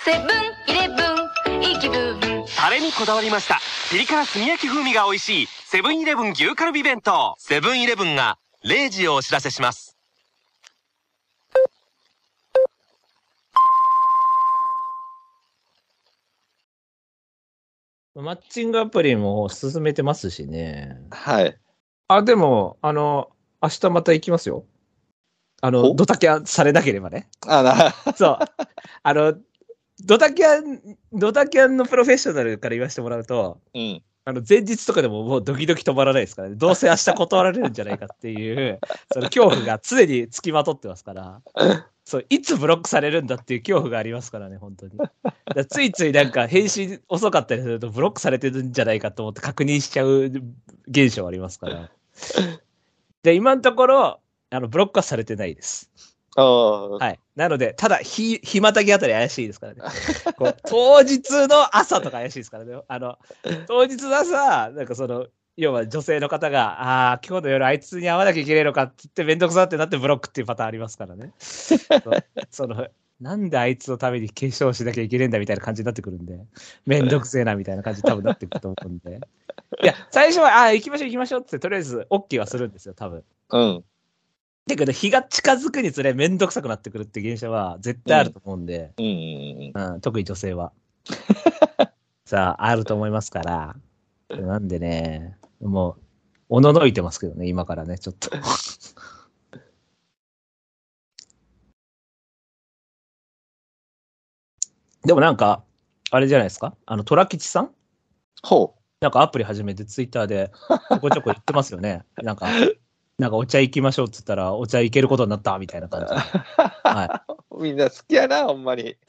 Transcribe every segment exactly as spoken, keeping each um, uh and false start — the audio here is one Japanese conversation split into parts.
セブンイレブンいい気分。 タレにこだわりました。ピリ辛炭焼き風味が美味しいセブンイレブン牛カルビ弁当。セブンイレブンがれいじをお知らせします。 マッチングアプリも進めてますしね。 はい。 あ、でも、あの、明日また行きますよ。あの、ドタキャンされなければね。 あなそう。あの、ドタキャン、ドタキャンのプロフェッショナルから言わせてもらうと、 うん。 あの、前日とかでももうドキドキ止まらないですからね。どうせ明日断られるんじゃないかっていう、その恐怖が常につきまとってますから。そう、いつブロックされるんだっていう恐怖がありますからね、本当に。だついついなんか返信遅かったりするとブロックされてるんじゃないかと思って確認しちゃう現象ありますから。で、今のところ、あの、ブロックはされてないです。 ああ。 はい。なので、ただ、ひ、ひまたぎあたり怪しいですからね。こう当日の朝とか怪しいですからね。あの、当日の朝、なんかその、要は女性の方が、ああ、今日の夜あいつに会わなきゃいけないのかって言ってめんどくさってなってブロックっていうパターンありますからね。そ, その、なんであいつのために化粧しなきゃいけないんだみたいな感じになってくるんで、めんどくせえなみたいな感じに多分なってくると思うんで。いや、最初は、ああ、行きましょう行きましょうって、とりあえず OK はするんですよ、多分。 うん。だけど、日が近づくにつれめんどくさくなってくるっていう現象は絶対あると思うんで、 うんうんうんうん、特に女性は。さあ、あると思いますから。なんでね、もう、おののいてますけどね、今からね、ちょっと。でもなんか、あれじゃないですか、あの、虎吉さんほう。 なんかアプリ始めてツイッターでちょこちょこ言ってますよね。なんか、なんかお茶行きましょうっつったら、お茶行けることになったみたいな感じで。はい。 みんな好きやな、ほんまに。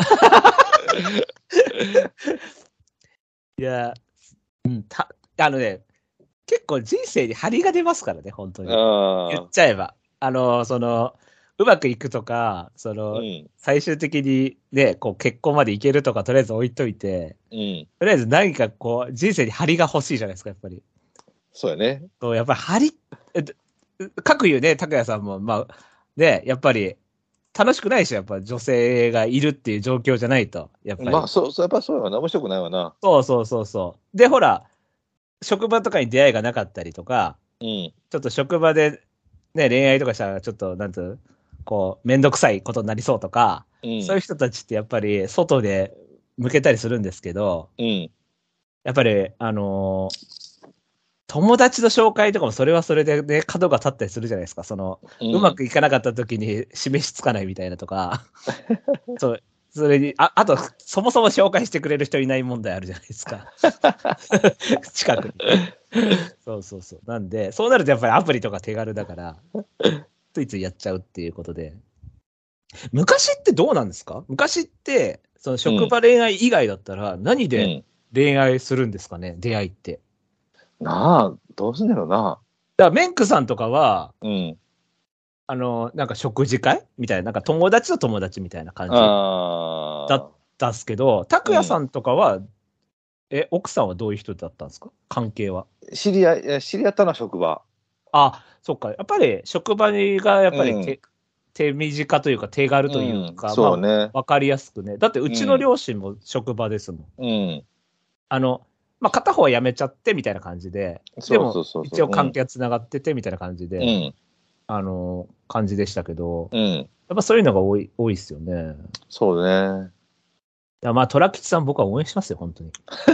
いや、うん、た、あのね、結構人生に張りが出ますからね、本当に。言っちゃえば。あの、その、うまくいくとか、その、うん、最終的にね、こう結婚までいけるとか、とりあえず置いといて、うん、とりあえず何かこう、人生に張りが欲しいじゃないですか、やっぱり。 そうやね。 そう、やっぱり張り、各言うね、拓也さんも、まあ、ね、やっぱり、楽しくないでしょ、やっぱ女性がいるっていう状況じゃないと、やっぱり。 まあ、そう、やっぱそうやわな、面白くないわな。 そうそうそうそう。で、ほら、職場とかに出会いがなかったりとか、うん、ちょっと職場で、ね、恋愛とかしたら、ちょっと、なんつう、こう、めんどくさいことになりそうとか、うん、そういう人たちってやっぱり、外で向けたりするんですけど、うん、やっぱり、あのー、友達の紹介とかもそれはそれでね、角が立ったりするじゃないですか。その、うん、うまくいかなかった時に示しつかないみたいなとか、そう、それに、あ、あと、そもそも紹介してくれる人いない問題あるじゃないですか。近くに。そうそうそう。なんで、そうなるとやっぱりアプリとか手軽だから、ついついやっちゃうっていうことで。昔ってどうなんですか？昔って、その職場恋愛以外だったら何で恋愛するんですかね、うん、出会いって。 なあ、どうすんだろうな。 だからメンクさんとかは、うん、あの、なんか食事会みたいな、なんか友達と友達みたいな感じだったっすけど、拓也さんとかは、うん、え、奥さんはどういう人だったんですか？関係は。 知り合い、知り合ったのは職場。 あ、そっか。やっぱり職場がやっぱり手、うん、手短というか手軽というか、うん、そうね。まあ、わかりやすくね。だってうちの両親も職場ですもん。うん。あの、まあ、片方は辞めちゃってみたいな感じで、でも一応関係はつながっててみたいな感じで、うん、あの、感じでしたけど、うん、やっぱそういうのが多い、多いですよね。 そうね。 いやまあ、虎吉さん僕は応援しますよ、本当に。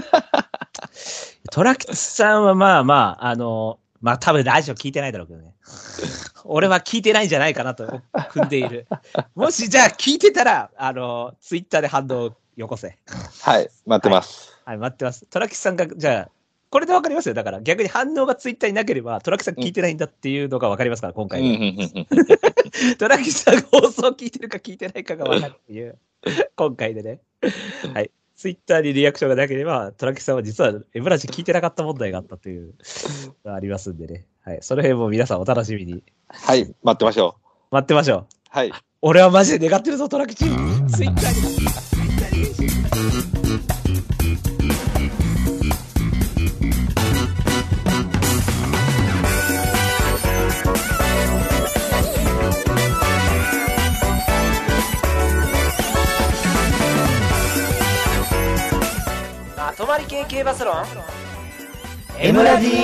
虎吉さんはまあまあ、あの、まあ多分ラジオ聞いてないだろうけどね。俺は聞いてないんじゃないかなと踏んでいる。もしじゃあ聞いてたら、あの、ツイッターで反応をよこせ。 はい、待ってます。 はい、はい、待ってます。虎吉さんが、じゃあ、これでわかりますよ。だから逆に反応がツイッターになければ、虎吉さん聞いてないんだっていうのがわかりますから、今回は。虎吉さんが放送聞いてるか聞いてないかがわかるっていう、今回でね。はい。ツイッターにリアクションがなければ、虎吉さんは実はエブラジ聞いてなかった問題があったというのがありますんでね。はい。その辺も皆さんお楽しみに。 はい。待ってましょう。 待ってましょう。 はい。 俺はマジで願ってるぞ、虎吉。ツイッターに。 とまり系系バスロン M ラジ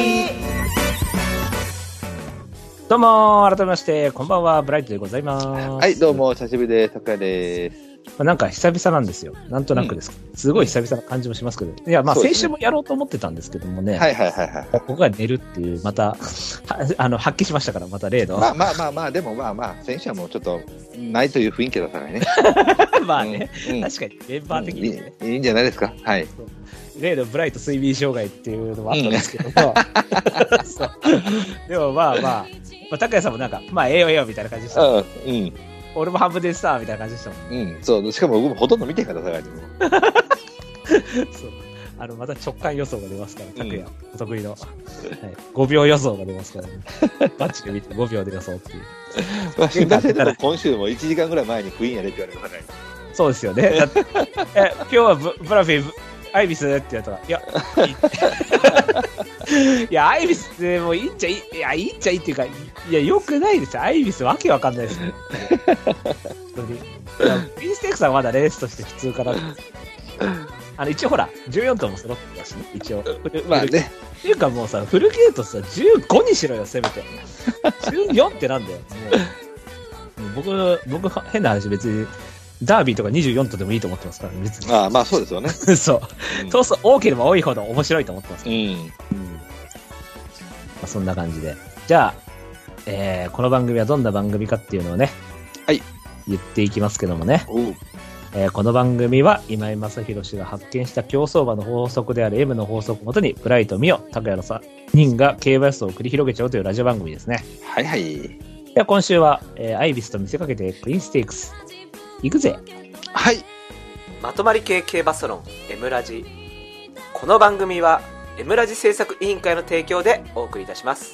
どうも改めましてこんばんは、ブライトでございます。 はいどうも久しぶりです。高谷です。 まあ、なんか久々なんですよ。なんとなくです、うん、すごい久々な感じもしますけど、いやまあ先週もやろうと思ってたんですけどもね、 はいはいはいはい、 僕が寝るっていうまたあの発揮しましたから、また例のまあまあまあまあでもまあまあ先週はもうちょっとないという雰囲気だったからねまあね、うん、確かにメンバー的に、ねうんいい、いいんじゃないですか。はい。 例のブライト睡眠障害っていうのもあったんですけども、うん、そうでもまあまあ、まあ、高谷さんもなんかまあええよええよみたいな感じでした、うん、うん俺も半分でさみたいな感じでしたもん。 うん、そう。しかも僕もほとんど見てんからさ、にも。 そう。あの、また直感予想が出ますから、拓也、うん、お得意の、はい。ごびょう予想が出ますからね。バッチで見てごびょうで予想っていう。 まあ、新幹線でも今週もいちじかんぐらい前にクイーンやれって言われましたね。 そうですよね。だってえ今日はブブラフィー、アイビスって言ったら、いや、いい。いや、アイビスってもういいっちゃいい、いや、いいっちゃいいっていうか、いや、よくないですよ。アイビスわけわかんないですね。本当に。ピンステークさんはまだレースとして普通かな。あの、一応ほら、じゅうよん頭も揃ってたしね、一応。 まあね。 っていうかもうさ、フルゲートさ、じゅうごにしろよ、せめて。じゅうよんってなんだよ。もう僕、僕、変な話、別に、ダービーとかにじゅうよんとでもいいと思ってますから、ね、別に。 ああ、まあそうですよね。 そう。うん、頭数多ければ多いほど面白いと思ってますから。うん。うん。まあ、そんな感じで。じゃあ、えー、この番組はどんな番組かっていうのをね、 はい。 言っていきますけどもね。えー、この番組は今井正弘氏が発見した競走馬の法則である エム の法則をもとに、ブライト、ミオ、拓也のさんにんが競馬予想を繰り広げちゃうというラジオ番組ですね。 はいはい。 では今週は、えー、アイビスと見せかけてクイーンステークス。行くぜ。 はい。 まとまり系系バスロン M ラジ。この番組は M ラジ制作委員会の提供でお送りいたします。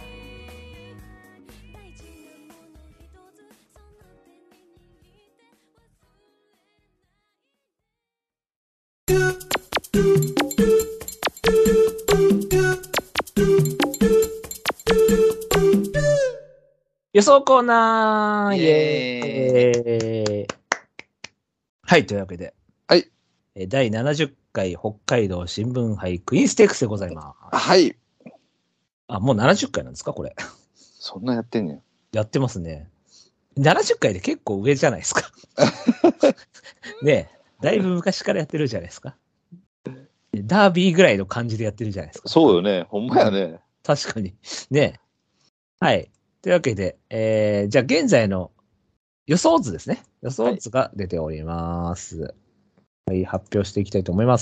予想コーナーイエーイ。はい、というわけで、 はい。 だいななじゅっかい北海道新聞杯クイーンステークスでございます。 はい。 あ、もうななじゅっかいなんですか、これ。 そんなやってんねん。 やってますね。ななじゅっかいで結構上じゃないですか。ねえ、だいぶ昔からやってるじゃないですか。ダービーぐらいの感じでやってるじゃないですか。 そうよね。ほんまやね。 確かに。ねえ。はい。というわけで、えー、じゃあ現在の予想図ですね。予想図が出ております。はい、はい、発表していきたいと思います。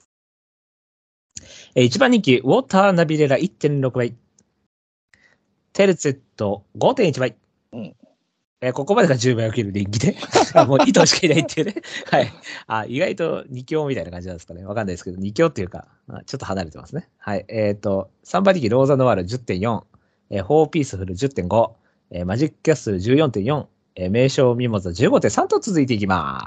えー、いちばん人気、ウォーターナビレラ いってんろく 倍。テルツェット ごてんいち 倍。うんえー、ここまでがじゅうばいを切る人気で。あ、もうに頭しかいないっていうね。はい。あ、意外とに強みたいな感じなんですかね。わかんないですけど、に強っていうか、ちょっと離れてますね。はい。えっ、ー、と、さんばん人気、ローザノワール じゅってんよん。えー、フォーピースフル じゅってんご。えー、マジックキャッスル じゅうよんてんよん。えー、名称ミモザ じゅうごてんさん と続いていきます。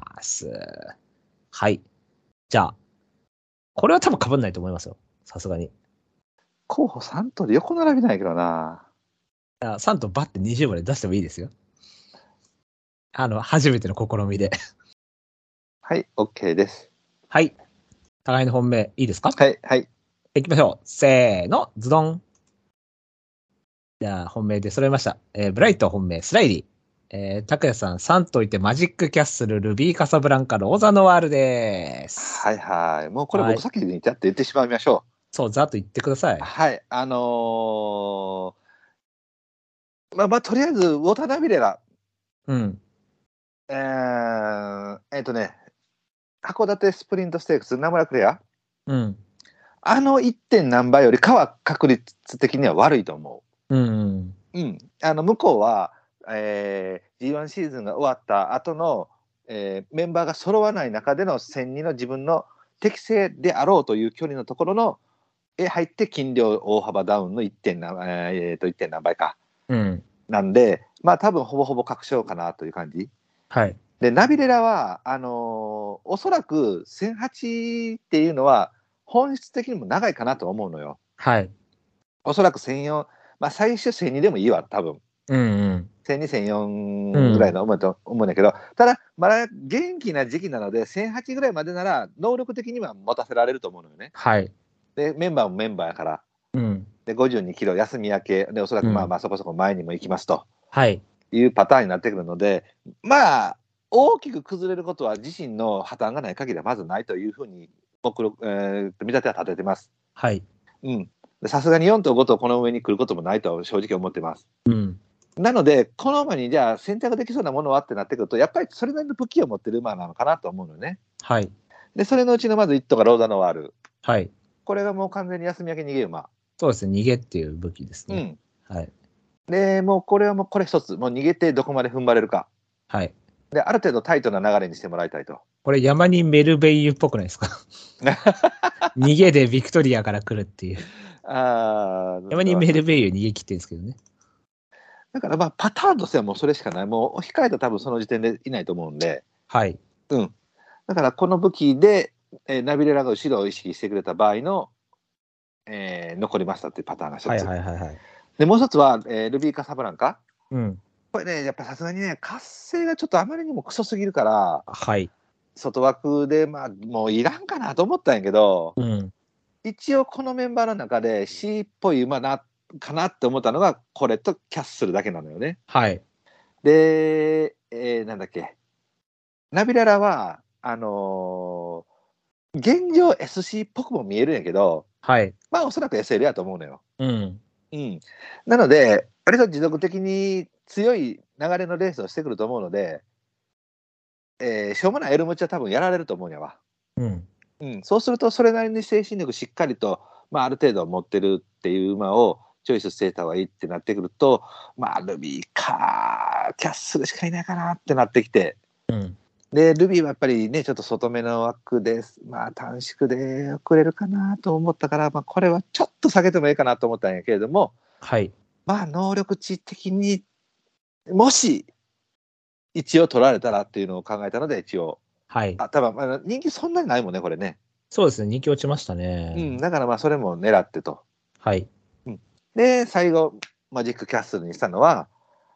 はい。じゃあ、これは多分被んないと思いますよ。さすがに。 候補さん頭で横並びないけどな。 あ、さん頭バッてにじゅうまで出してもいいですよ。あの、初めての試みで。 はい、OK です。 はい。互いの本命、いいですか？ はい、はい。 いきましょう。せーの、ズドン。じゃあ、本命で揃いました。えー、ブライト本命、スライディ。えー、拓也さんさんといて、マジックキャッスル、ルビーカサブランカ、ローザノワールです。 はいはい。もうこれ僕先にやって言ってしまいましょう。 そう、ざっと言ってください。 はい。あのー、まあまあ、とりあえず、ウォーターナビレラ。 うん。 えー、えっとね、函館スプリントステークス、名村クレア。 うん。 あの いってん 何倍よりかは確率的には悪いと思う。うん。 うん。あの、向こうは、えー、ジーワン シーズンが終わった後の、えー、メンバーが揃わない中でのせんにの自分の適正であろうという距離のところの、へ入って斤量大幅ダウンの いってん 何、えー、と いってん 何倍か。 うん。 なんで、まあ多分ほぼほぼ確証かなという感じ。 はい。 で、ナビレラは、あのー、おそらくせんはちっていうのは本質的にも長いかなと思うのよ。 はい。 おそらくせんよん、まあ最終せんにでもいいわ、多分。 うんうん。 せんに、せんよんぐらいの思うと思うんだけど、うん、ただ、まだ元気な時期なので、せんはちぐらいまでなら、能力的には持たせられると思うのよね。 はい。 で、メンバーもメンバーやから、 うん、 で、ごじゅうにキロ休み明け、で、おそらくまあまあそこそこ前にも行きますと、 はい。 いうパターンになってくるので、まあ、大きく崩れることは自身の破綻がない限りはまずないというふうに、僕、えー、見立ては立ててます。 はい。 うん。さすがによんとごとこの上に来ることもないと正直思ってます。 うん。 なので、この馬にじゃあ選択できそうなものはってなってくると、やっぱりそれなりの武器を持ってる馬なのかなと思うのね。 はい。 で、それのうちのまずいっ頭がローザノワール。 はい。 これがもう完全に休み明け逃げ馬。 そうですね、逃げっていう武器ですね。うん。はい。 で、もうこれはもうこれ一つ、もう逃げてどこまで踏ん張れるか。 はい。 で、ある程度タイトな流れにしてもらいたいと。 これ山にメルベイユっぽくないですか逃げでビクトリアから来るっていう。あ山にメルベイユ逃げ切ってるんですけどね。 だからまあパターンとしてはもうそれしかない。もう控えた多分その時点でいないと思うんで。 はい。 うん。だからこの武器で、えー、ナビレラが後ろを意識してくれた場合の、えー、残りましたっていうパターンが一つ。 はいはいはいはい。 で、もう一つは、えー、ルビーカサブランカ。 うん。 これね、やっぱさすがにね、活性がちょっとあまりにもクソすぎるから、 はい。 外枠で、まあ、もういらんかなと思ったんやけど、うん、一応このメンバーの中で C っぽい馬な、かなって思ったのが、これとキャッスルだけなのよね。 はい。 で、えー、なんだっけ。ナビララは、あのー、現状 エスシー っぽくも見えるんやけど、 はい。 まあおそらく エスエル やと思うのよ。 うん。 うん。なので、割と持続的に強い流れのレースをしてくると思うので、えー、しょうもないエルムチは多分やられると思うんやわ。うん。うん。そうすると、それなりに精神力しっかりと、まあある程度持ってるっていう馬をチョイスしてた方がいいってなってくると、まあルビーか、キャッスルしかいないかなってなってきて、うん。で、ルビーはやっぱりね、ちょっと外目の枠で、まあ短縮で遅れるかなと思ったから、まあこれはちょっと下げてもいいかなと思ったんやけれども、 はい。 まあ能力値的にもし一応取られたらっていうのを考えたので、一応。はい。あ、多分、まあ、人気そんなにないもんね、これね。 そうですね、人気落ちましたね。 うん、だからまあそれも狙ってと。 はい。 うん、で、最後、マジックキャッスルにしたのは、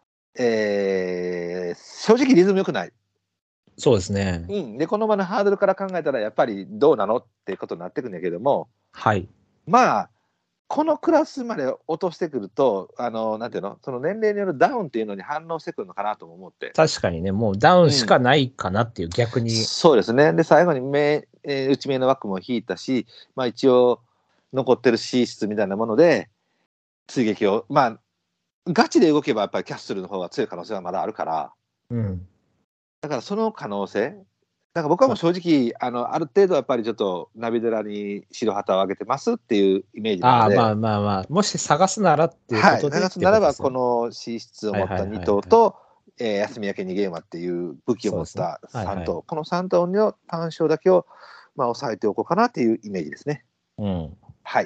えー、正直リズム良くない。 そうですね。 うん。で、この場のハードルから考えたら、やっぱりどうなのってことになってくるんだけども、 はい。 まあ、このクラスまで落としてくると、あの、なんていうの、その年齢によるダウンっていうのに反応してくるのかなとも思って。 確かにね、もうダウンしかないかなっていう、うん、逆に。 そうですね。で、最後に目、えー、内目の枠も引いたし、まあ一応、残ってる C 室みたいなもので、追撃を、まあ、ガチで動けばやっぱりキャッスルの方が強い可能性はまだあるから、うん。だからその可能性、だから僕はもう正直、あの、ある程度やっぱりちょっとナビデラに白旗を上げてますっていうイメージなので。 ああ、まあまあまあ、もし探すならっていうことで、 はい、探すならばこの C 室を持ったに頭と、えー、休み明け逃げ馬っていう武器を持ったさん頭、はいはい、このさん頭の単勝だけを、まあ、抑えておこうかなっていうイメージですね。うん。はい。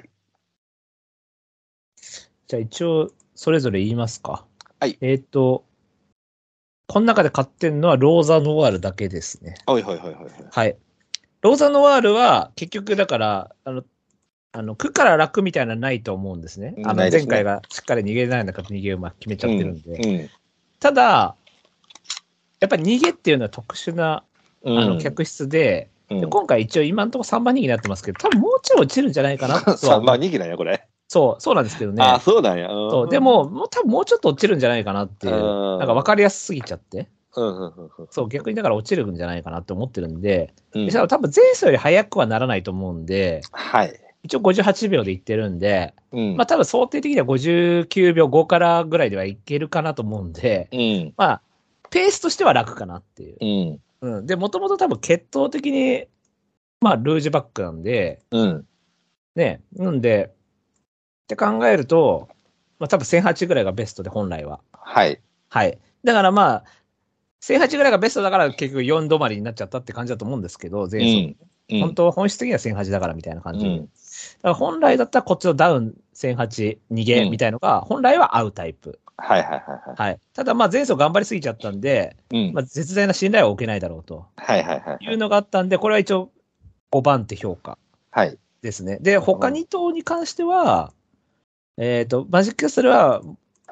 じゃあ一応、それぞれ言いますか。 はい。 えっ、ー、と、この中で買ってるのはローザノワールだけですね。 はいはいはいはい。 はい。ローザノワールは結局だから、あの、あの、区から楽みたいなのないと思うんですね。あの、前回がしっかり逃げないんだから逃げ馬決めちゃってるんで。うんうん、ただ、やっぱり逃げっていうのは特殊な、あの、客室で、うん、で今回一応今のところさんばん逃げになってますけど、多分もうちょい落ちるんじゃないかなとは。 さんばん逃げなんや、これ。 そう、そうなんですけどね。 あ、そうなんや。 うん、そう、でも、もう多分もうちょっと落ちるんじゃないかなっていう、なんか分かりやすすぎちゃって。そう、逆にだから落ちるんじゃないかなって思ってるんで、うん、で多分前走より早くはならないと思うんで、 はい。 一応ごじゅうはちびょうでいってるんで、うん、まあ多分想定的にはごじゅうきゅうびょうごからぐらいではいけるかなと思うんで、うん、まあ、ペースとしては楽かなっていう。うん。うん、で、もともと多分血統的に、まあ、ルージュバックなんで、うん。ね、なんで、って考えると、まあ多分せんはちぐらいがベストで本来は。 はい。 はい。だからまあ、せんはちぐらいがベストだから結局よん止まりになっちゃったって感じだと思うんですけど、前走、うん。本当は本質的にはせんはちだからみたいな感じ。うん、だから本来だったらこっちのダウンせんはち逃げみたいのが本来は合うタイプ。 うん、はいはいはいはい。 はい。ただまあ前走頑張りすぎちゃったんで、うん、まあ絶大な信頼は受けないだろうと。 はいはいはい。 いうのがあったんで、これは一応ごばん手評価。 はい。 ですね。で、他に頭に関しては、えっ、ー、と、マジックキャッスルは、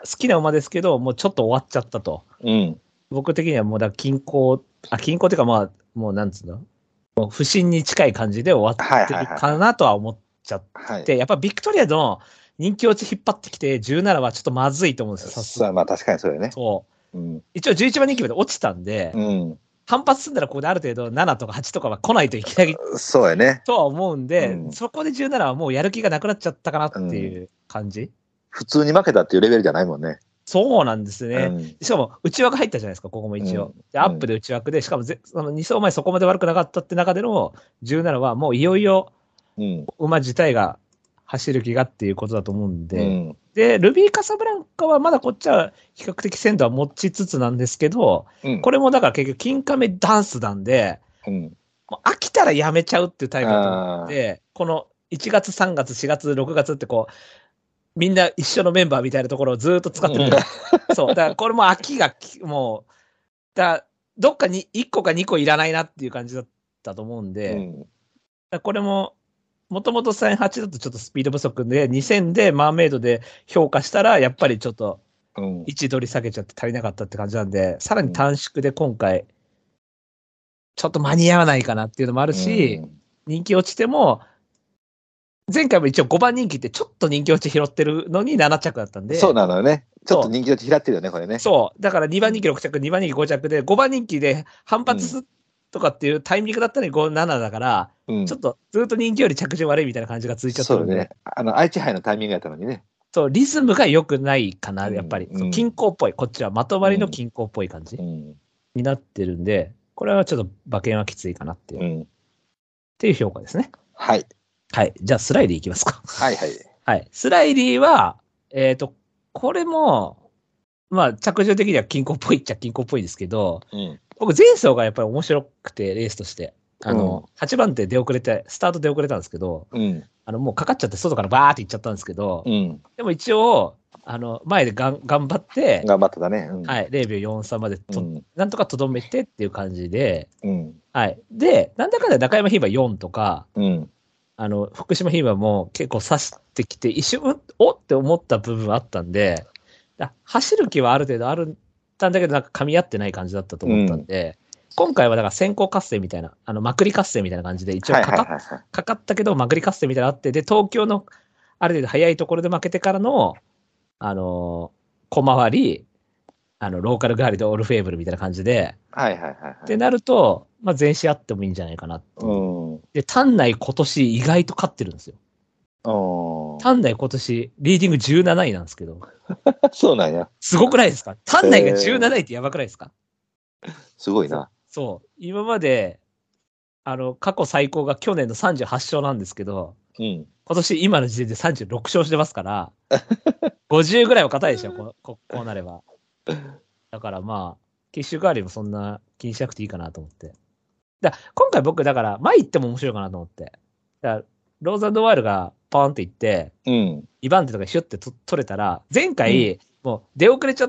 好きな馬ですけど、もうちょっと終わっちゃったと。 うん。 僕的にはもうだ均衡、あ、均衡っていうかまあ、もうなんつうのもう不振に近い感じで終わってるかなとは思っちゃって、はいはいはい、やっぱビクトリアの人気落ち引っ張ってきてじゅうななはちょっとまずいと思うんですよ、さすがに。 まあ確かにそうよね。 そう。うん、一応じゅういちばん人気まで落ちたんで、うん、反発すんだらここである程度ななとかはちとかは来ないといけないそうやね。 とは思うんで、うん、そこでじゅうななはもうやる気がなくなっちゃったかなっていう感じ、うん、 普通に負けたっていうレベルじゃないもんね。 そうなんですね、うん。しかも内枠入ったじゃないですか、ここも一応。うん、でアップで内枠で、しかもぜそのに走前そこまで悪くなかったって中でのじゅうななはもういよいよ馬自体が走る気がっていうことだと思うんで、うん、で、ルビーカサブランカはまだこっちは比較的鮮度は持ちつつなんですけど、うん、これもだから結局金亀ダンスなんで、うん、もう飽きたらやめちゃうっていうタイプだと思って、このいちがつ、さんがつ、しがつ、ろくがつってこう、みんな一緒のメンバーみたいなところをずっと使ってる。そう。だからこれも飽きが、もう、だどっかにいっこかにこいらないなっていう感じだったと思うんで、うん、だこれも、もともとせんはちだとちょっとスピード不足で、にせんでマーメイドで評価したら、やっぱりちょっと、位置取り下げちゃって足りなかったって感じなんで、うん、さらに短縮で今回、ちょっと間に合わないかなっていうのもあるし、うん、人気落ちても、前回も一応ごばん人気ってちょっと人気落ち拾ってるのになな着だったんで。 そうなのよね。ちょっと人気落ち拾ってるよね、これね。 そう。だからにばん人気ろく着、にばん人気ご着で、ごばん人気で反発するとかっていうタイミングだったのにご、ななだから、うん、ちょっとずっと人気より着順悪いみたいな感じが続いちゃったので。 そうね。あの、愛知杯のタイミングやったのにね。 そう、リズムが良くないかな、やっぱり。うん、そう均衡っぽい。こっちはまとまりの均衡っぽい感じ、うん、になってるんで、これはちょっと馬券はきついかなっていう。うん、っていう評価ですね。 はい。 はい。じゃあ、スライリーいきますか。 はいはい。 はい。スライリーは、えっと、これも、まあ、着順的には均衡っぽいっちゃ均衡っぽいですけど、うん、僕、前走がやっぱり面白くて、レースとして。あの、うん、はちばん手出遅れて、スタート出遅れたんですけど、うん、あの、もうかかっちゃって外からバーって行っちゃったんですけど、うん、でも一応、あの、前でがん頑張って、 頑張ってたね。うん、 はい。ゼロびょうよんさんまでと、うん、なんとかとどめてっていう感じで、うん、はい。で、なんだかんだ中山牝馬よんとか、うんあの、福島牝馬も結構刺してきて、一瞬、おって思った部分あったんで、走る気はある程度あるんだけど、なんか噛み合ってない感じだったと思ったんで、うん、今回はだから先行合戦みたいな、あの、まくり合戦みたいな感じで、一応かか,、はいはいはい、かかったけど、まくり合戦みたいなのあって、で、東京のある程度早いところで負けてからの、あのー、小回り、あの、ローカルガーリーとオールフェーブルみたいな感じで、 はいはいはい、はい。 ってなると、まあ、前試あってもいいんじゃないかなって。うん、で、単内今年意外と勝ってるんですよ。単内今年、リーディングじゅうなないなんですけど。 そうなんや。 すごくないですか？単内がじゅうなないってやばくないですか？ すごいな。 そう。今まで、あの、過去最高が去年のさんじゅうはち勝なんですけど、うん、今年今の時点でさんじゅうろく勝してますから、ごじゅうぐらいは硬いでしょ、こ, こ, こうなれば。だからまあ、キッシュ代わりもそんな気にしなくていいかなと思って。だ今回僕、だから、前行っても面白いかなと思って。だからローザンドワールがポーンって行って、うん、にばん手とかシュッてと取れたら、前回、うん、もう出遅れちゃって、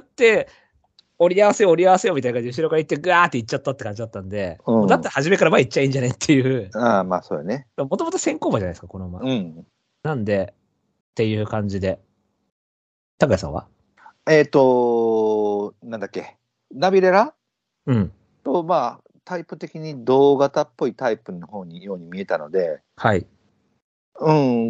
折り合わせよう折り合わせようみたいな感じで後ろから行ってガーって行っちゃったって感じだったんで、うん、だって初めから前行っちゃいいんじゃねっていう。 ああ、まあそうよね。 もともと先行馬じゃないですか、この馬。うん。なんで、っていう感じで。高谷さんはえっ、ー、と、なんだっけ、ナビレラうん。 と、まあ、タイプ的に同型っぽいタイプの方にように見えたので、 はい。 うん、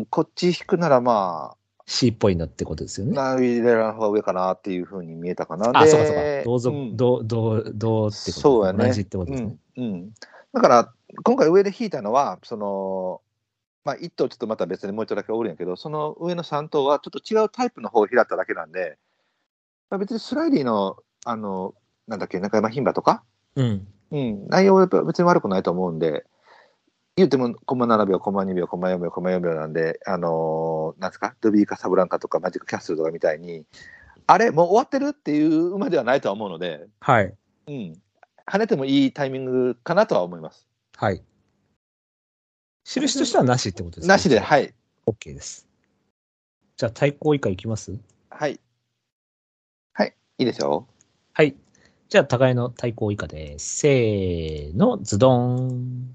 こっち引くならまあ、 C っぽいなってことですよね。 ナビレラの方が上かなっていうふうに見えたかな。 あ、そうかそうか。同族、うん、同、同、同ってことですね。 そうやね。 同じってことですね。 うん。うん、だから、今回上で引いたのは、その、まあ、いっ頭ちょっとまた別にもう一頭だけおるんやけど、その上のさん頭はちょっと違うタイプの方を開っただけなんで、まあ、別にスライディの、あの、なんだっけ、中山牝馬とか、 うん。 うん、内容は別に悪くないと思うんで、言うても、コマななびょう、コマにびょう、コマよんびょう、コマよんびょうなんで、あのー、なんですか、ルビーカサブランカとかマジックキャッスルとかみたいに、あれ、もう終わってるっていう馬ではないとは思うので、 はい。 うん。跳ねてもいいタイミングかなとは思います。 はい。印としてはなしってことですか？ なしで、はい。 OK です。じゃあ、対抗以下いきます？ はい。はい、いいですよ。 はい。じゃあ、互いの対抗以下です。せーの、ズドン。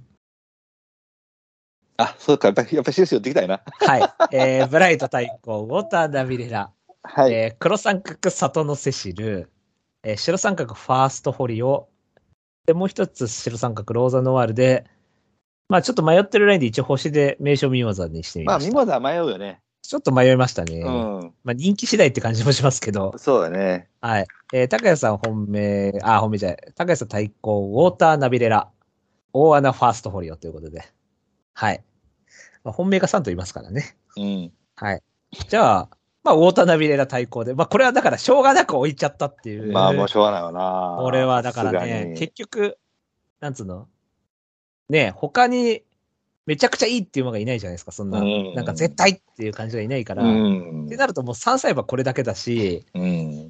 あ、そうか、やっぱり、やっぱり印寄ってきたいな。 はい。えー、ブライト対抗、ウォーターナビレラ。 はい。 えー黒三角サトノセシル、えー白三角ファーストフォリオ、で、もう一つ白三角ローザノワールで、まあちょっと迷ってるラインで一応星で名称ミモザにしてみまあ、 ました。 ミモザは迷うよね。 ちょっと迷いましたね。 うん。 まあ人気次第って感じもしますけど。 そうだね。 はい。えー、高谷さん本命、あ、本命じゃない。高谷さん対抗、ウォーターナビレラ、大穴ファーストフォリオということで。はい。まあ、本命がさんと言いますからね。 うん。 はい。じゃあ、まあ、ウォーターナビレラ対抗で。まあ、これはだからしょうがなく置いちゃったっていう。 まあ、もうしょうがないわな。 これはだからね、結局、なんつうのね、他にめちゃくちゃいいっていう馬がいないじゃないですか、そんな。うん、なんか絶対っていう感じがいないから。うん、ってなるともうさんさい馬これだけだし、うん、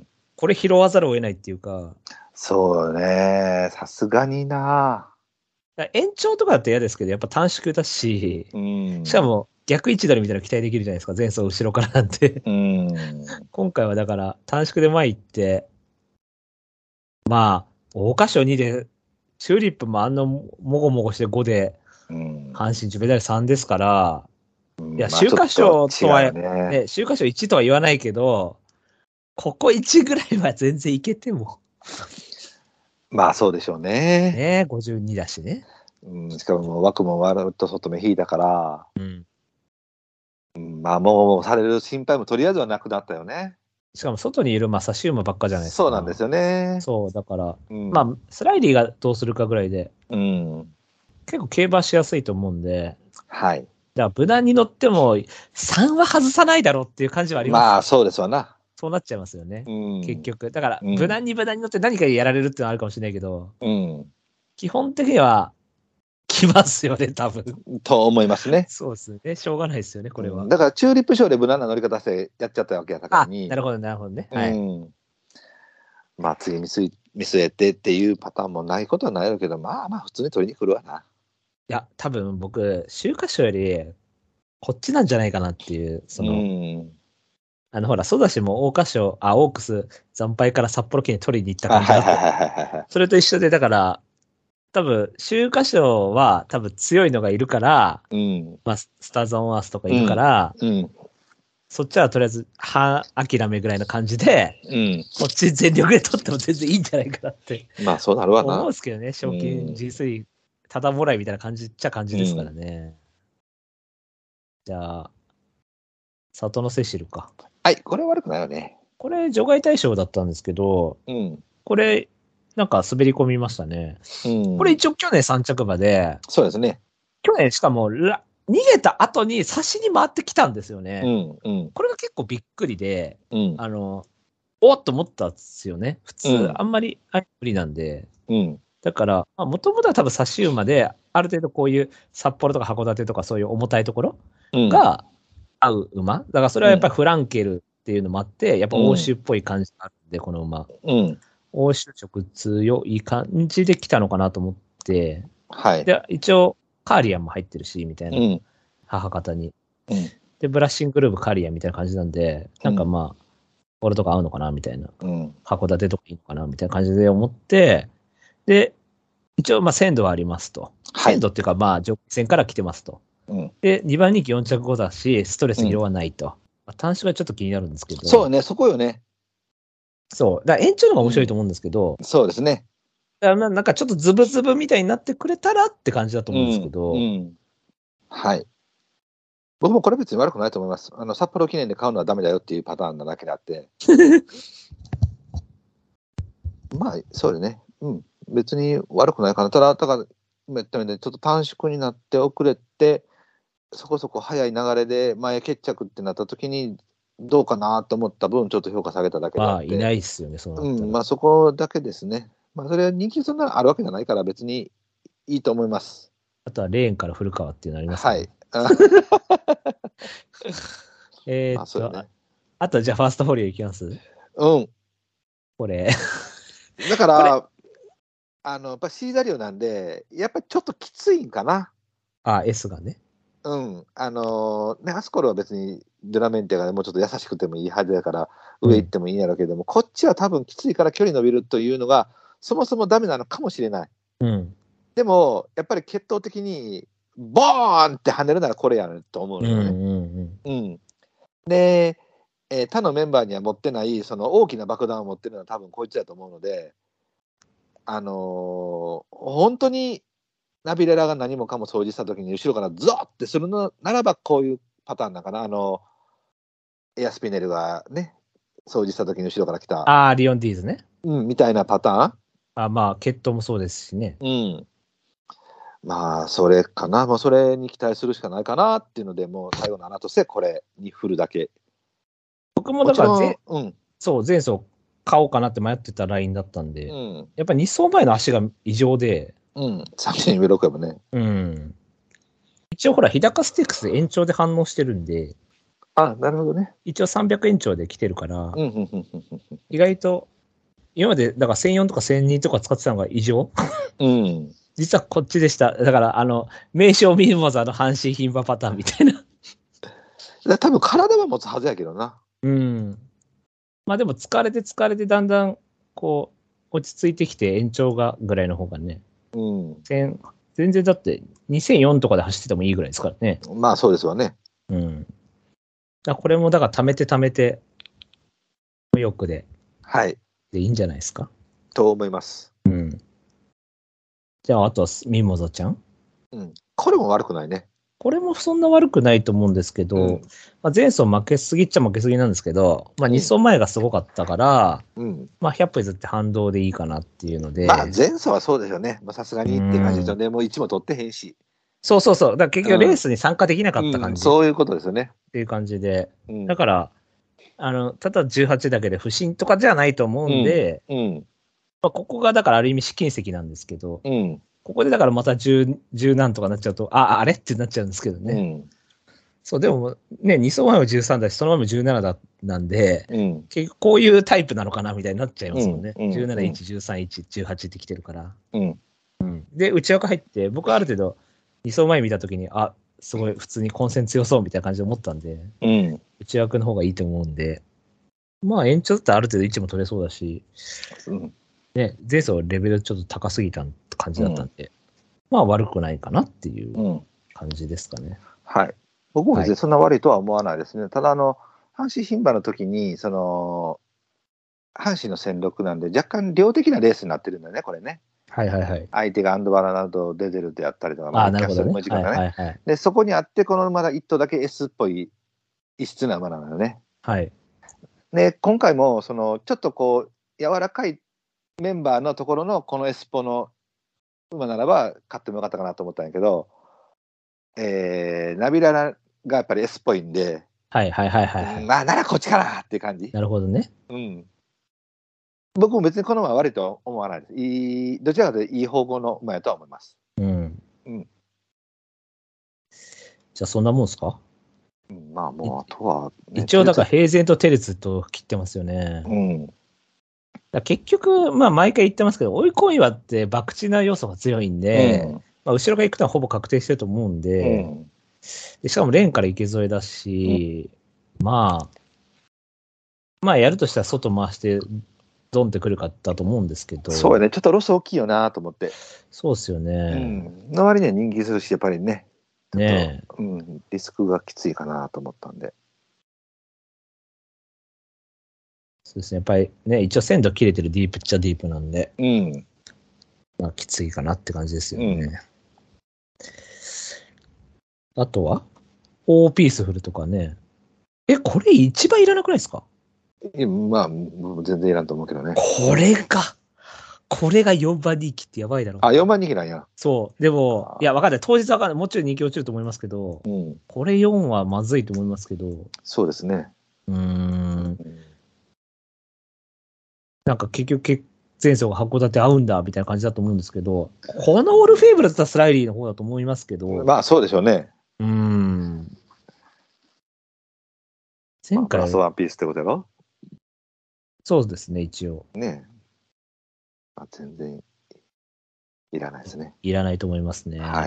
これ拾わざるを得ないっていうか。 そうね、さすがにな。 延長とかだって嫌ですけど、やっぱ短縮だし、うん、しかも逆一ドルみたいなの期待できるじゃないですか、前走後ろからなんて。うん、今回はだから短縮で前行って、まあ、桜花賞にで、チューリップもあんなもごもごしてごで、うん、阪神ジュベナイルさんですから、うん、いや、秋華賞とは、ね、ね、秋華賞いちとは言わないけど、ここいちぐらいは全然いけても。 まあそうでしょうね。 ね、ごじゅうにだしね。 うん、しかももう枠も割ると外目引いたから、うんうん、まあもうされる心配もとりあえずはなくなったよね。 しかも外にいるマサシウムばっかじゃないですか。 そうなんですよね。 そう、だから、うん、まあスライディがどうするかぐらいで、うん、結構競馬しやすいと思うんで、はい。だから無難に乗ってもさんは外さないだろうっていう感じはあります。 まあそうですわな。 そうなっちゃいますよね。うん、結局。だから、無難に無難に乗って何かやられるっていうのはあるかもしれないけど、うん、基本的には来ますよね、多分。 と思いますね。 そうですね。しょうがないですよね、これは。 うん、だからチューリップ賞で無難な乗り方してやっちゃったわけやからに。 なるほど、なるほどね。はい。うん、 まあ次見据え、見据えてっていうパターンもないことはないけど、まあまあ普通に取りに来るわな。 いや、多分僕、秋華賞よりこっちなんじゃないかなっていう、その、うんあの、ほら、ソダシも桜花賞、あ、オークス惨敗から札幌県に取りに行った感じだった。それと一緒で、だから、多分、秋華賞は多分強いのがいるから、うん、まあ、スターズ・オン・アースとかいるから、うんうん、そっちはとりあえず、半諦めぐらいの感じで、うん、こっち全力で取っても全然いいんじゃないかなって。 まあ、そうなるわな。 思うんですけどね、賞金 ジースリー、ただもらいみたいな感じっちゃ感じですからね。うん、じゃあ、里のセシルか。 はい、これ悪くないよね。 これ、除外対象だったんですけど、うん、これ、なんか滑り込みましたね。うん、これ一応去年さん着馬で、 そうですね。 去年しかも、逃げた後に差しに回ってきたんですよね。うんうん、これが結構びっくりで、うん、あの、おっと思ったんですよね。普通、うん、あんまり無理なんで。うん、だから、もともとは多分差し馬で、ある程度こういう札幌とか函館とかそういう重たいところが、うん合う馬だからそれはやっぱりフランケルっていうのもあって、うん、やっぱ欧州っぽい感じがあるんで、この馬。うん、欧州色強い感じで来たのかなと思って、はい。で、一応、カーリアンも入ってるし、みたいな。うん、母方に、うん。で、ブラッシングルーブ、カーリアンみたいな感じなんで、なんかまあ、俺とか合うのかなみたいな。うん、函館とかいいのかなみたいな感じで思って、で、一応、まあ、鮮度はありますと。はい、鮮度っていうか、まあ、上位戦から来てますと。うん、で、にばん人気よん着ごだし、ストレス拾わないと。うんまあ、短縮がちょっと気になるんですけど。 そうね、そこよね。 そう。だから延長の方が面白いと思うんですけど。 うん、そうですね。 だからなんかちょっとズブズブみたいになってくれたらって感じだと思うんですけど。うんうん、 はい。僕もこれ別に悪くないと思います。あの、札幌記念で買うのはダメだよっていうパターンなだけであって。まあ、そうですね。うん。別に悪くないかな。ただ、だから、言ったみたいにちょっと短縮になって遅れて、そこそこ早い流れで前決着ってなった時にどうかなと思った分ちょっと評価下げただけであって、 まあいないっすよね、そうなったら。 うん、まあそこだけですね。まあそれは人気そんなあるわけじゃないから別にいいと思います。 あとはレーンから古川っていうのありますか、ね、 はい。 えっと、ね、あとじゃあファーストフォリオいきます？ うん。 これ。 だから、あの、やっぱシーザリオなんで、やっぱりちょっときついんかな。 あ、S がね。 うん、あのー、ね、アスコルは別にドゥラメンテがもうちょっと優しくてもいいはずだから上行ってもいいんやろうけども、うん、こっちは多分きついから距離伸びるというのがそもそもダメなのかもしれない、うん、でもやっぱり血統的にボーンって跳ねるならこれやると思うのよね、うんうんうんうん、でえー他のメンバーには持ってないその大きな爆弾を持ってるのは多分こいつだと思うので、あのー本当にナビレラが何もかも掃除した時に後ろからゾーってするのならばこういうパターンなんかな。あのエアスピネルがね掃除した時に後ろから来たああ、リオンディーズね。 うん、みたいなパターン。 あまあ、決闘もそうですしね。 うん。まあ、それかな。もうそれに期待するしかないかなっていうので、もう最後の穴としてこれに振るだけ。 僕もだからぜ、 うん、 そう、前走買おうかなって迷ってたラインだったんで、 うん、 やっぱりに走前の足が異常で、 うん、さんてんろくやもんね。 うん。一応ほら、日高ステークスで延長で反応してるんで、 あ、なるほどね。 一応さんびゃく延長で来てるから、 うん、うん、うん、うん。 意外と、今までだからせんよんとかせんにとか使ってたのが異常うん。 実はこっちでした。だから、あの、名称ミモザの阪神牝馬パターンみたいな。 だ多分体は持つはずやけどな。 うん。まあでも疲れて疲れてだんだん、こう、落ち着いてきて延長がぐらいの方がね。 うん。 全然だってにせんよんとかで走っててもいいぐらいですからね。 まあそうですわね。 うん。だこれもだから貯めて貯めて、無欲で。 はい。 でいいんじゃないですか。 と思います。 うん。じゃあ、あとはミモザちゃん。 うん。これも悪くないね。 これもそんな悪くないと思うんですけど、うん、まあ、前走負けすぎっちゃ負けすぎなんですけど、まあ、に走前がすごかったから、うん、まあ、ひゃっぽ譲って反動でいいかなっていうので。 まあ、前走はそうですよね。さすがにっていう感じですよね。うん、もういちも取ってへんし。 そうそうそう。だから結局レースに参加できなかった感じ。 うんうん、そういうことですよね。 っていう感じで。うん、だから、あの、ただじゅうはちだけで不振とかじゃないと思うんで、うんうんまあ、ここがだからある意味試金石なんですけど、うんここでだからまたじゅう、じゅうなんとかなっちゃうと、あ、あれってなっちゃうんですけどね。うん、そう、でもね、に走前はじゅうさんだし、そのままじゅうななだなんで、うん、結局こういうタイプなのかなみたいになっちゃいますもんね。うん、じゅうなな、いち、じゅうさん、いち、じゅうはちってきてるから。うんうん、で、内枠入って、僕はある程度、に走前見たときに、あ、すごい普通に混戦強そうみたいな感じで思ったんで、うん、内枠の方がいいと思うんで、まあ延長だったらある程度位置も取れそうだし、うんね、前走レベルちょっと高すぎた感じだったんで、うん、まあ悪くないかなっていう感じですかね。 うん、はい。僕も別にそんな悪いとは思わないですね。はい、ただ、あの、阪神牝馬の時に、その、阪神の戦力なんで、若干量的なレースになってるんだよね、これね。 はいはいはい。 相手がアンドバラなどデゼルであったりとか、 まあ、なるほどね。 ねはいはいはい、で、そこにあって、この馬が一頭だけ S っぽい異質な馬なのよね。 はい。 で、今回も、その、ちょっとこう、柔らかいメンバーのところのこのエスポの馬ならば勝ってもよかったかなと思ったんやけど、えー、ナビララがやっぱり S っぽいんで、 はいはいはいはい、はい。 まあならこっちかなっていう感じ。 なるほどね。 うん。僕も別にこの馬は悪いとは思わないです。いい、どちらかというといい方向の馬やとは思います。うん。うん。 じゃあそんなもんですか？ うん、まあもうあとは、 ね、一応だから平然とテレツと切ってますよね。うん。だ結局、まあ毎回言ってますけど、追い込みはって博打な要素が強いんで、うんまあ、後ろが行くのはほぼ確定してると思うんで、うん、でしかもレーンから行け添えだし、うん、まあ、まあやるとしたら外回してドンってくるかだと思うんですけど。 そうやね、ちょっとロス大きいよなと思って。 そうですよね。 うん。の割には人気するし、やっぱりね、 ねうん、リスクがきついかなと思ったんで。 そうですね。やっぱりね、一応鮮度切れてるディープっちゃディープなんで、うん。まあ、きついかなって感じですよね。うん、あとはオーピースフルとかね。え、これ一番いらなくないですか？ いやまあ、全然いらんと思うけどね。 これが、これがよんばん人気ってやばいだろ。 あ、よんばん人気なんや。 そう。でも、いや、わかんない。当日わかんない。もうちょい人気落ちると思いますけど、うん、これよんはまずいと思いますけど。 そうですね。 うーん。なんか結局、前走が函館合うんだみたいな感じだと思うんですけど、このオールフェーブルだったらスライリーの方だと思いますけど。 まあそうでしょうね。 うーん。前回、まあ、 プラスワンピースってことやろ？ そうですね、一応。 ねえ。まあ、全然いらないですね。 いらないと思いますね。 はい。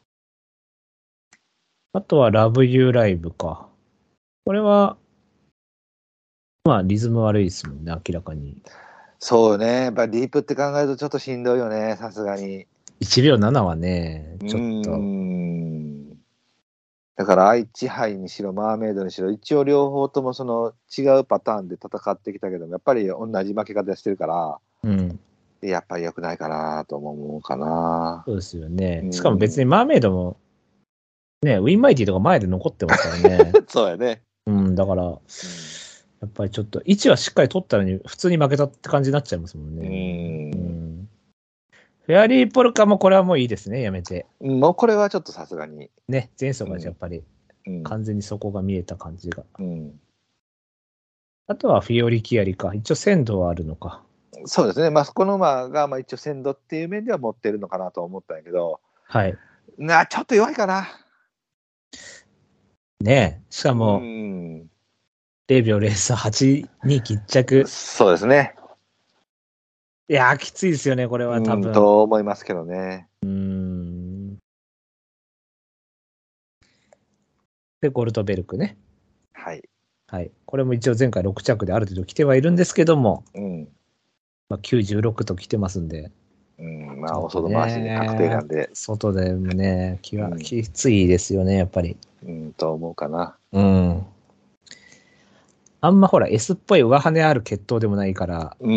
あとはラブユーライブか。これは、まあリズム悪いですもんね、明らかに。 そうね。やっぱりディープって考えるとちょっとしんどいよね、さすがに。 いちびょうななはね、ちょっと。 だから愛知杯にしろマーメイドにしろ一応両方ともその違うパターンで戦ってきたけどもやっぱり同じ負け方してるから、うん、やっぱり良くないかなと思うかな。 そうですよね、うん、しかも別にマーメイドもねウィンマイティとか前で残ってますからねそうやね、 うん、だから、うん、やっぱりちょっと位置はしっかり取ったのに普通に負けたって感じになっちゃいますもんね。うん、うん、フェアリーポルカもこれはもういいですね、やめて。 もうこれはちょっとさすがに。 ね、前走がやっぱり、完全にそこが見えた感じが。うん、あとはフィオリキアリか。一応鮮度はあるのか。 そうですね。まあ、この馬がまあ一応鮮度っていう面では持ってるのかなと思ったんやけど。 はい。 な、ちょっと弱いかな。 ねえ。しかも、うん、ゼロびょうゼロさんはちに決着。 そうですね。 いやー、きついですよね、これは多分。 うんと思いますけどね。 うーん。で、ゴルトベルクね。 はい。 はい。これも一応前回ろく着である程度来てはいるんですけども、うん。まあ、きゅうじゅうろくと来てますんで。 うん、まあ、お外回しに確定なんで。 外でもね、きわ、うん、きついですよね、やっぱり。 うん、と思うかな。 うん。あんまほら、S っぽい上羽ある血統でもないから、うん。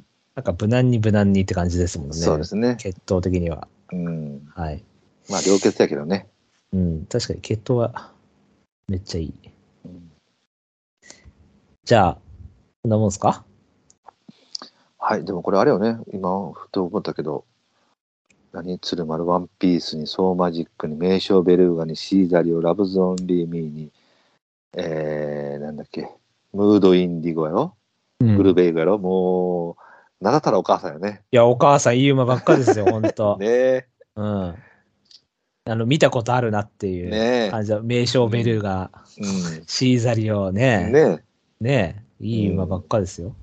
なんか無難に無難にって感じですもんね。 そうですね。 血統的には。 うん。 はい。 まあ、良血やけどね。 うん、確かに血統はめっちゃいい。うん、じゃあ、こんなもんすか？ はい、でもこれあれよね、今、ふと思ったけど、何、鶴丸ワンピースに、ソーマジックに、名称ベルーガに、シーザリオ、ラブズオンリーミーに、えー、なんだっけ、ムードインディゴやろ、うん、グルベイグやろ、もう、名だたらお母さんよね。 いや、お母さんいい馬ばっかですよ、ほんと。 ねえ。 うん。あの、見たことあるなっていう感じの、名称ベルーガ、うん、シーザリオね。 ねえ。ねえ、いい馬ばっかですよ。うん、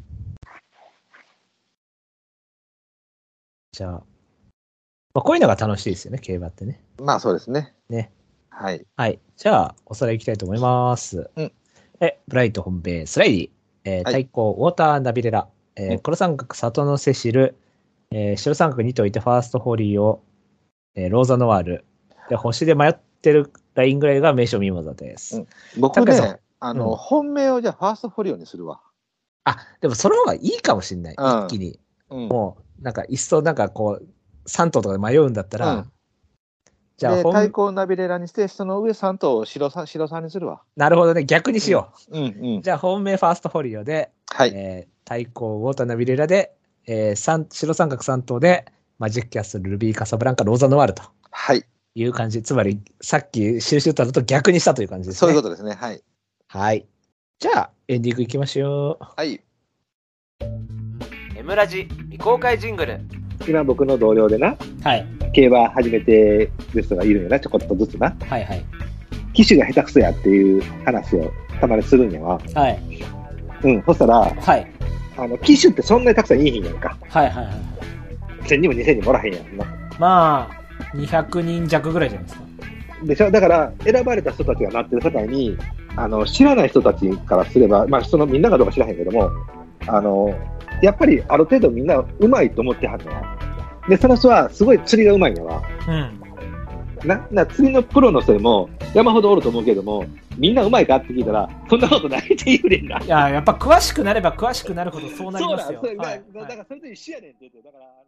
じゃあ、まあ、こういうのが楽しいですよね、競馬ってね。 まあそうですね。 ね。 はい。 はい。じゃあ、おさらいいきたいと思います。うん。え、ブライト本命、スライディ、えー、対抗、ウォーターナビレラ、えー、黒三角、里のセシル、えー、白三角にといてファーストホリーを、えー、ローザノワール。で、星で迷ってるラインぐらいが名称ミモザです。うん、 僕ね、あの、うん、本命をじゃあファーストフォリオにするわ。 あ、でもその方がいいかもしれない。うん、一気に。うん、もう、なんか、一層なんかこう、さん頭とかで迷うんだったら、うん、 じゃあ、対抗ナビレラにして、その上さん頭を白さん、白さんにするわ。 なるほどね、逆にしよう。うんうんうん、 じゃあ、本命ファーストフォリオで、はい、えー、対抗ウォーターナビレラで、えー、白三角さん頭で、マジックキャッスル、ルビーカサブランカ、ローザノワールと。 はい。いう感じ。つまり、さっき収集ったのと逆にしたという感じですね。 そういうことですね。はい。 はい。じゃあ、エンディングいきましょう。 はい。 エムラジ未公開ジングル。 今僕の同僚でな、はい、競馬始めてる人がいるんやな、ちょこっとずつな。 はいはい。 騎手が下手くそやっていう話をたまにするんやわ。 はい。 うん、そしたら、 はい。 あの、騎手ってそんなにたくさんいいひんやんか。 はいはいはい。 せんにんもにせんにんもおらへんやんな。 まあ、にひゃくにん弱ぐらいじゃないですか。 でしょ。だから、選ばれた人たちがなってる世界に、あの、知らない人たちからすれば、まあ、そのみんながどうか知らへんけども、あの、やっぱりある程度みんなうまいと思ってはるのよ。で、その人はすごい釣りがうまいんやわ。うん。な、な、釣りのプロの人でも山ほどおると思うけども、みんなうまいかって聞いたら、そんなことないって言うねんな。いや、やっぱ詳しくなれば詳しくなるほどそうなりますよ。そうだ、はい、だ, だからそれと一緒やねんって言って、だから、あ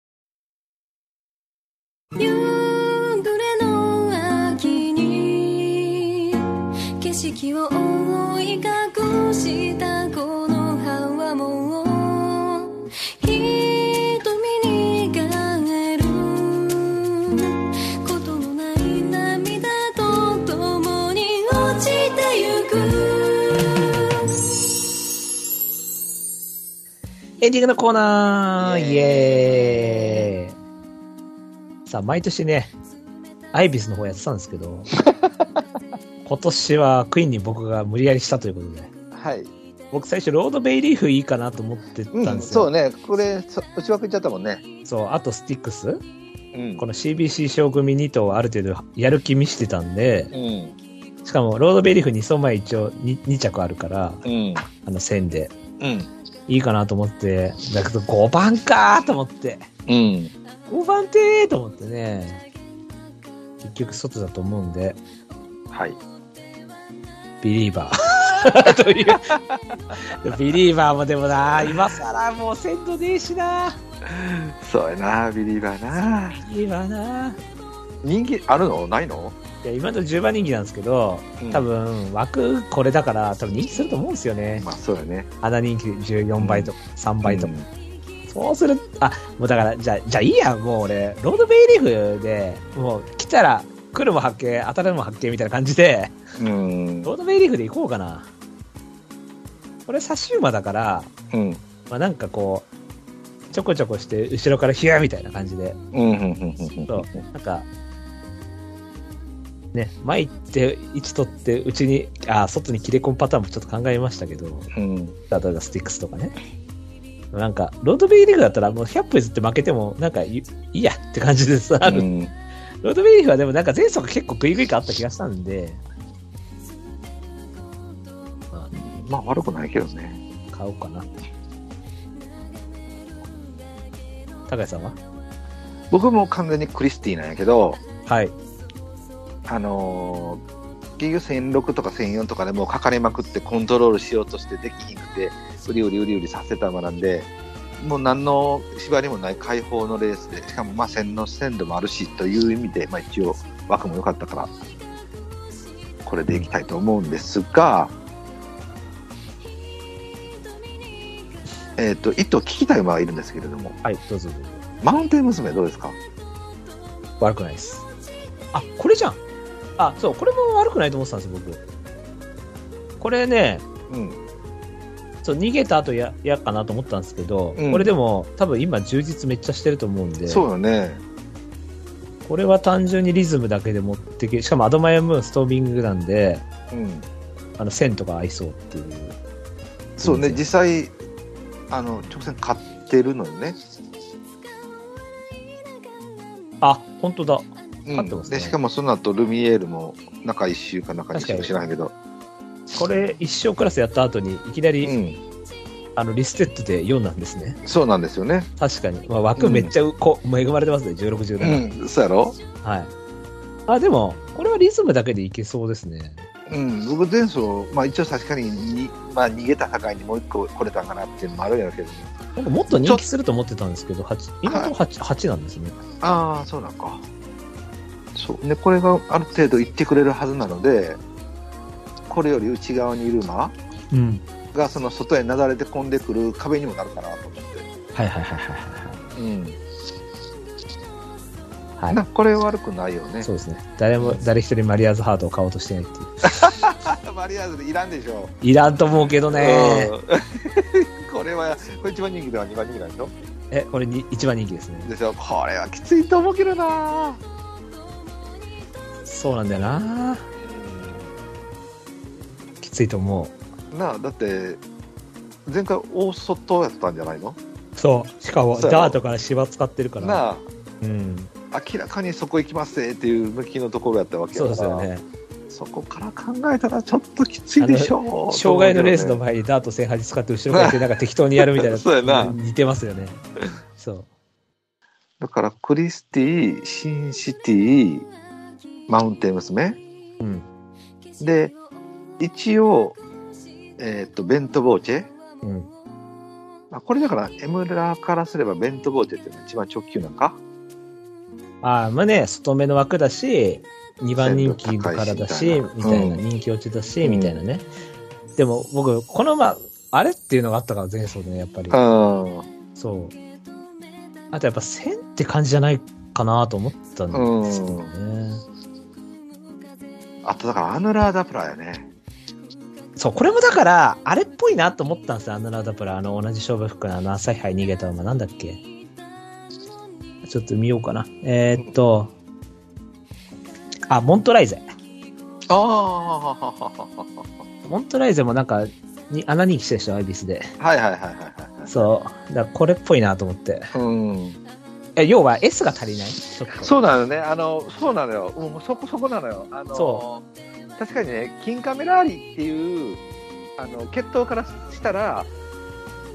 の、夕暮れの秋に景色を覆い隠したこの葉はもうエンディングのコーナー、イエーイ。さあ、毎年ね、アイビスの方やってたんですけど、今年はクイーンに僕が無理やりしたということで、はい。僕最初ロードベイリーフいいかなと思ってたんですよ。うん、そうね、これ内枠いっちゃったもんね。そう、あとスティックス、うん、この シービーシー 賞組に頭ある程度やる気見してたんで、うん、しかもロードベイリーフに走前一応 2, に着あるから、うん、あの線で。うん、いいかなと思って、だけどごばんかーと思って。うん。ごばんてーと思ってね。結局外だと思うんで。 はい。 ビリーバー。という。ビリーバーもでもな、今更もう鮮度ねえしな。 そうやな、ビリーバーな。 ビリーバーな。 人気あるのないの？ いや、今のじゅうばん人気なんですけど、うん、多分、枠これだから、多分人気すると思うんですよね。 まあ、そうだね。 穴人気じゅうよんばいとか、うん、さんばいとか。うん、そうする、あ、もうだから、じゃあ、じゃあいいや、もう俺、ロードベイリーフで、もう来たら、来るも発見、当たるも発見みたいな感じで、うん、ロードベイリーフで行こうかな。これ、差し馬だから、うん、まあなんかこう、ちょこちょこして、後ろからヒューみたいな感じで、うん、そう、なんか、ね、前行って位置取ってうちにあ外に切れ込むパターンもちょっと考えましたけど、うん、例えばスティックスとかね、なんかロードベイリーグだったらもうひゃっぷん譲って負けてもなんかいいやって感じでさ、うん、ロードベイリーグはでもなんか前走が結構グイグイ感あった気がしたんで、 まあ、まあ悪くないけどね。 買おうかな。高谷さんは？ 僕も完全にクリスティなんやけど、 はい。 あのー、結局せんろくとかせんよんとかでもうかかりまくってコントロールしようとしてできひんくてうりうりうりうりさせた馬なんで、もう何の縛りもない開放のレースで、しかもまあ線の鮮度もあるしという意味で、まあ、一応枠も良かったからこれでいきたいと思うんですが、えっ、ー、と一頭聞きたい馬がいるんですけれども、 はい、どうぞどうぞ。 マウンテン娘どうですか？ 悪くないです。あ、これじゃん。あ、そう、これも悪くないと思ってたんですよ、僕。これね、うん。そう、逃げた後や、やかなと思ったんですけど、うん、これでも、多分今充実めっちゃしてると思うんで。 そうだね。 これは単純にリズムだけで持ってけ、しかもアドマイアムーンストーミングなんで、うん。あの、線とか合いそうっていう。 そうね、実際、あの、直線買ってるのよね。 あ、本当だ。 うん、でしかもその後ルミエールも中いっ週か中に週か知らんけど、 これ一生クラスやった後にいきなり、うん、あのリステッドでよんなんですね。 そうなんですよね。 確かに、まあ、枠めっちゃ、うん、こ恵まれてますね。じゅうろく、じゅうなな、 うん、そうやろ。 はい。あ、でもこれはリズムだけでいけそうですね。 うん、僕前走、まあ、一応確かにに、まあ、逃げた境にもう一個来れたんかなっていうのもあるんやけど、 なんかもっと人気すると思ってたんですけど、はち今の 8, はちなんですね。 ああ、そうなんか。そうね、これがある程度いってくれるはずなので、これより内側にいる馬、うん、がその外へなだれて込んでくる壁にもなるかなと思って。 はいはいはいはいはい。うん。 はい。なこれ悪くないよね。 そうですね。誰も誰一人マリアーズハートを買おうとしてないっていう。 マリアーズでいらんでしょ。 いらんと思うけどね。 これはこれいちばん人気ではにばん人気なんでしょ。 え、これにいちばん人気ですね。 ですよ。これはきついと思うけどな。 そうなんだよな。きついと思う。なあ、だって前回大外やったんじゃないの？ そう。しかもダートから芝使ってるから。 なあ。 うん。 明らかにそこ行きますねっていう向きのところやったわけやから。 そうですよね。 そこから考えたらちょっときついでしょう。 障害のレースの前にダートせんはち使って後ろからってなんか適当にやるみたいな。 そうやな。 似てますよね。そう。 だからクリスティ、シンシティ、マウンテン娘、うん、で一応、えー、とベントボーチェ、うんまあ、これだからエムラからすればベントボーチェっていうのが一番直球なんか。 ああまあね、外目の枠だしにばん人気からだしみたいな、人気落ちだし、うん、みたいなね。でも僕このまあれっていうのがあったから前走でね、やっぱり。そうあとやっぱ線って感じじゃないかなと思ったんですけどね。 あとだからアヌラーダプラやね。 そう、これもだからあれっぽいなと思ったんですよ。アヌラーダプラ、あの同じ勝負服のあの朝日杯逃げた馬なんだっけ。ちょっと見ようかな。えー、っとあモントライゼ。 ああモントライゼもなんかに穴人気してるでしょ、アイビスで。 はいはいはいはいはい。 そうだからこれっぽいなと思って。 うん。 要は S が足りない。ちょっとそうなのね。あのそうなのよ。もうそこそこなのよ。あのそう確かにね、金カメラーリっていうあの血統からしたら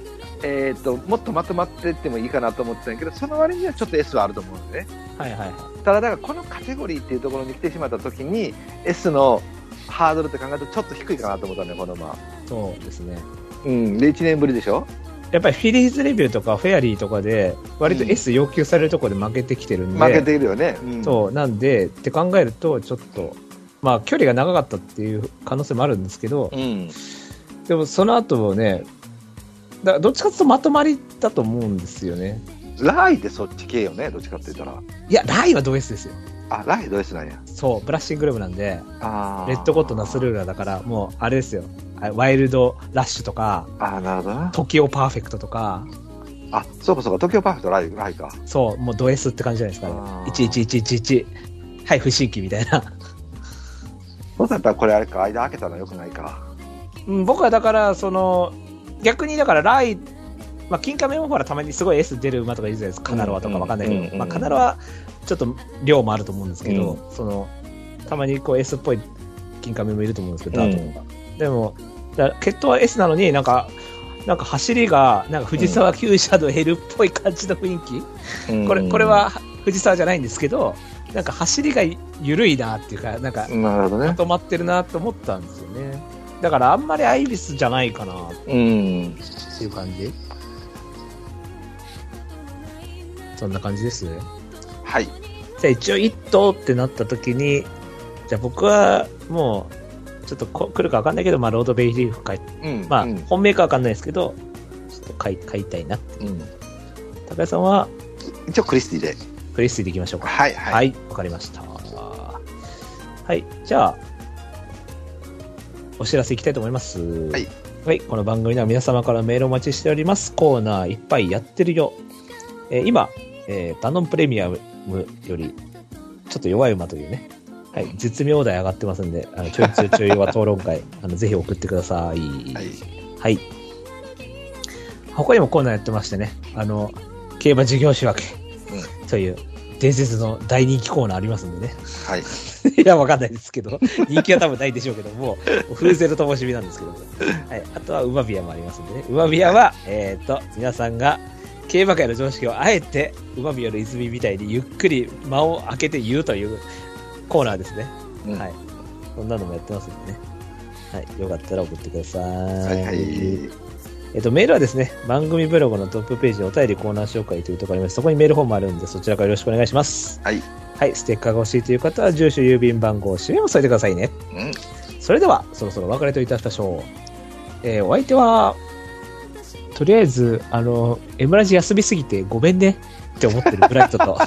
えー、ともっとまとまっていってもいいかなと思ってたんやけど、その割にはちょっと S はあると思うんですね。 はいはいはい。 ただ、だからこのカテゴリーっていうところに来てしまったときに、S のハードルって考えるとちょっと低いかなと思ったんだよ、この馬。 そうですね。 うん、で、いちねんぶりでしょ。 やっぱりフィリーズレビューとかフェアリーとかで、割と S 要求されるところで負けてきてるんで、 負けているよね。うん、 そう、なんで、って考えると、ちょっと、まあ、距離が長かったっていう可能性もあるんですけど、 うん、 でもその後ね、だどっちかというとまとまりだと思うんですよね。 ライでそっち系よね、どっちかって言ったら。 いや、ライはド S ですよ。 あ、ライド S なんや。 そう、ブラッシングルームなんで、 あレッドゴッドナスルーラーだから、もう、あれですよ。ワイルドラッシュとか、 あ、なるほどな。 トキオパーフェクトとか、 あ、そうかそうか、東京パーフェクトライライか。 そう、もうド S って感じじゃないですかね。いちいちいちいちいち。はい、不新規みたいな。 そうだったらこれあれか、間開けたのよくないか。 うん、僕はだから、その、逆にだからライ、まあ、金亀もほらたまにすごい S 出る馬とかいるじゃないですか。カナロアとかわかんないけど、うんうん、まあ、カナロアちょっと量もあると思うんですけど、うん、その、たまにこう S っぽい金亀もいると思うんですけど、ダートとか。でも、血統は S なのになんか、なんか走りが、なんか藤沢厩舎の L っぽい感じの雰囲気、うん、これ、これは藤沢じゃないんですけど、なんか走りが緩いなっていうか、なんか、 なるほどね、 まとまってるなと思ったんですよね。だからあんまりアイビスじゃないかなっていう感じ、うん、そんな感じです。 はい。 じゃあ一応一頭ってなった時に、じゃあ僕はもう、ちょっとこ来るか分かんないけど、まあ、ロードベイリーフ買い、うん、まあ、うん、本命か分かんないですけど、ちょっと買い買いたいなって。うん、高井さんは一応クリスティで。 クリスティでいきましょうか。 はい、はい。 はい、わかりました。はい、じゃあ、お知らせいきたいと思います。はい。はい、この番組では皆様からメールをお待ちしております。コーナーいっぱいやってるよ。えー、今、えー、ダノンプレミアムより、ちょっと弱い馬というね、はい、絶妙台上がってますんで、あのちょいちょいちょい弱討論会、あのぜひ送ってください。はい。はい。他にもコーナーやってましてね、あの、競馬事業仕分け、うん、という、伝説の大人気コーナーありますんでね。 はい。 いや、わかんないですけど、人気は多分ないでしょうけども、風ゼロともしびなんですけども。はい。あとは、馬ビアもありますんでね。馬ビアは、えっと、皆さんが、競馬界の常識をあえて、馬ビアの泉みたいにゆっくり間を空けて言うというコーナーですね。うん、はい。そんなのもやってますんでね。はい。よかったら送ってください。はいはい。えっと、メールはですね、番組ブログのトップページにお便りコーナー紹介というところあります。そこにメールフォームあるんで、そちらからよろしくお願いします。はい。はい。ステッカーが欲しいという方は、住所、郵便番号、氏名を添えてくださいね。うん。それでは、そろそろお別れといたしましょう。えー、お相手は、とりあえず、あの、エムラジ休みすぎてごめんねって思ってるブライトと。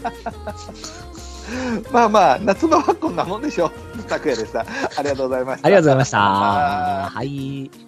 まあまあ、夏場はこんなもんでしょ。拓也でした。ありがとうございました。 ありがとうございました。はい。